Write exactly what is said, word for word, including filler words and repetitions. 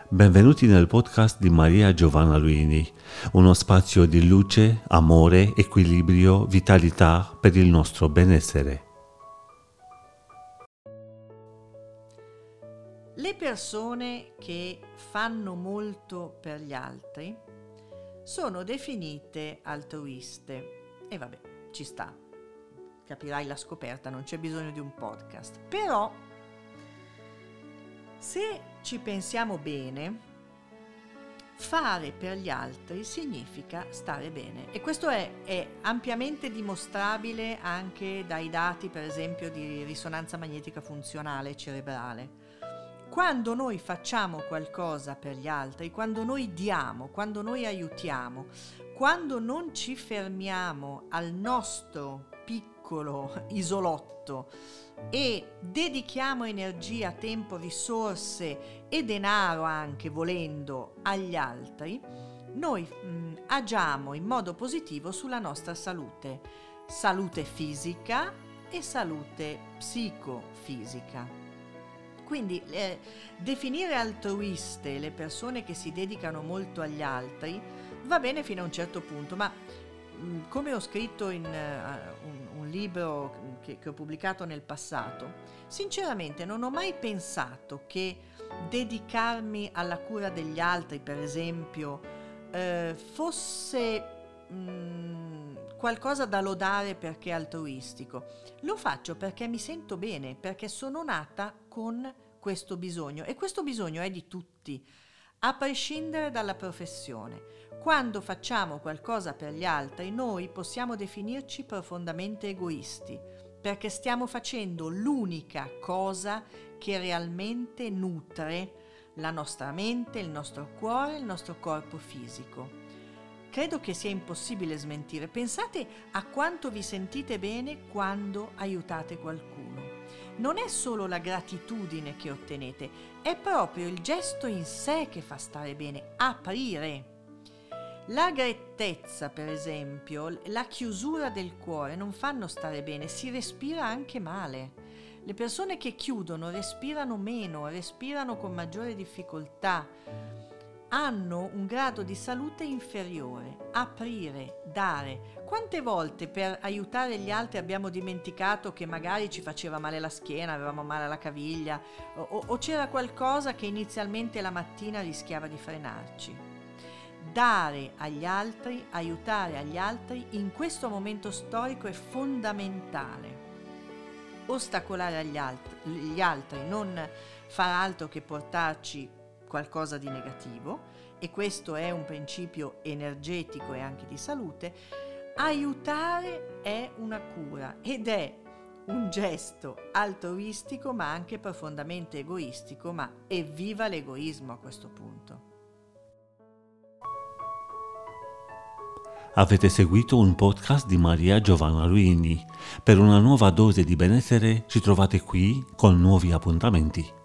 Benvenuti nel podcast di Maria Giovanna Luini, uno spazio di luce, amore, equilibrio, vitalità per il nostro benessere. Le persone che fanno molto per gli altri sono definite altruiste e vabbè, ci sta, capirai la scoperta, non c'è bisogno di un podcast, però se ci pensiamo bene, fare per gli altri significa stare bene e questo è, è ampiamente dimostrabile anche dai dati, per esempio, di risonanza magnetica funzionale cerebrale. Quando noi facciamo qualcosa per gli altri, quando noi diamo, quando noi aiutiamo, quando non ci fermiamo al nostro piccolo isolotto e dedichiamo energia, tempo, risorse e denaro anche, volendo, agli altri, noi mh, agiamo in modo positivo sulla nostra salute, salute fisica e salute psicofisica. Quindi eh, definire altruiste le persone che si dedicano molto agli altri va bene fino a un certo punto, ma mh, come ho scritto in uh, un, un libro che, che ho pubblicato nel passato, sinceramente non ho mai pensato che dedicarmi alla cura degli altri, per esempio, eh, fosse mh, qualcosa da lodare perché è altruistico. Lo faccio perché mi sento bene, perché sono nata con questo bisogno e questo bisogno è di tutti, a prescindere dalla professione. Quando facciamo qualcosa per gli altri, noi possiamo definirci profondamente egoisti, perché stiamo facendo l'unica cosa che realmente nutre la nostra mente, il nostro cuore, il nostro corpo fisico. Credo che sia impossibile smentire. Pensate a quanto vi sentite bene quando aiutate qualcuno. Non è solo la gratitudine che ottenete, è proprio il gesto in sé che fa stare bene, aprire. La grettezza, per esempio, la chiusura del cuore non fanno stare bene, si respira anche male. Le persone che chiudono respirano meno, respirano con maggiore difficoltà, hanno un grado di salute inferiore. Aprire, dare. Quante volte per aiutare gli altri abbiamo dimenticato che magari ci faceva male la schiena, avevamo male alla caviglia o, o c'era qualcosa che inizialmente la mattina rischiava di frenarci? Dare agli altri, aiutare agli altri in questo momento storico è fondamentale. Ostacolare agli altri, gli altri non far altro che portarci qualcosa di negativo, e questo è un principio energetico e anche di salute. Aiutare è una cura ed è un gesto altruistico ma anche profondamente egoistico, ma evviva l'egoismo a questo punto. Avete seguito un podcast di Maria Giovanna Luini. Per una nuova dose di benessere ci trovate qui con nuovi appuntamenti.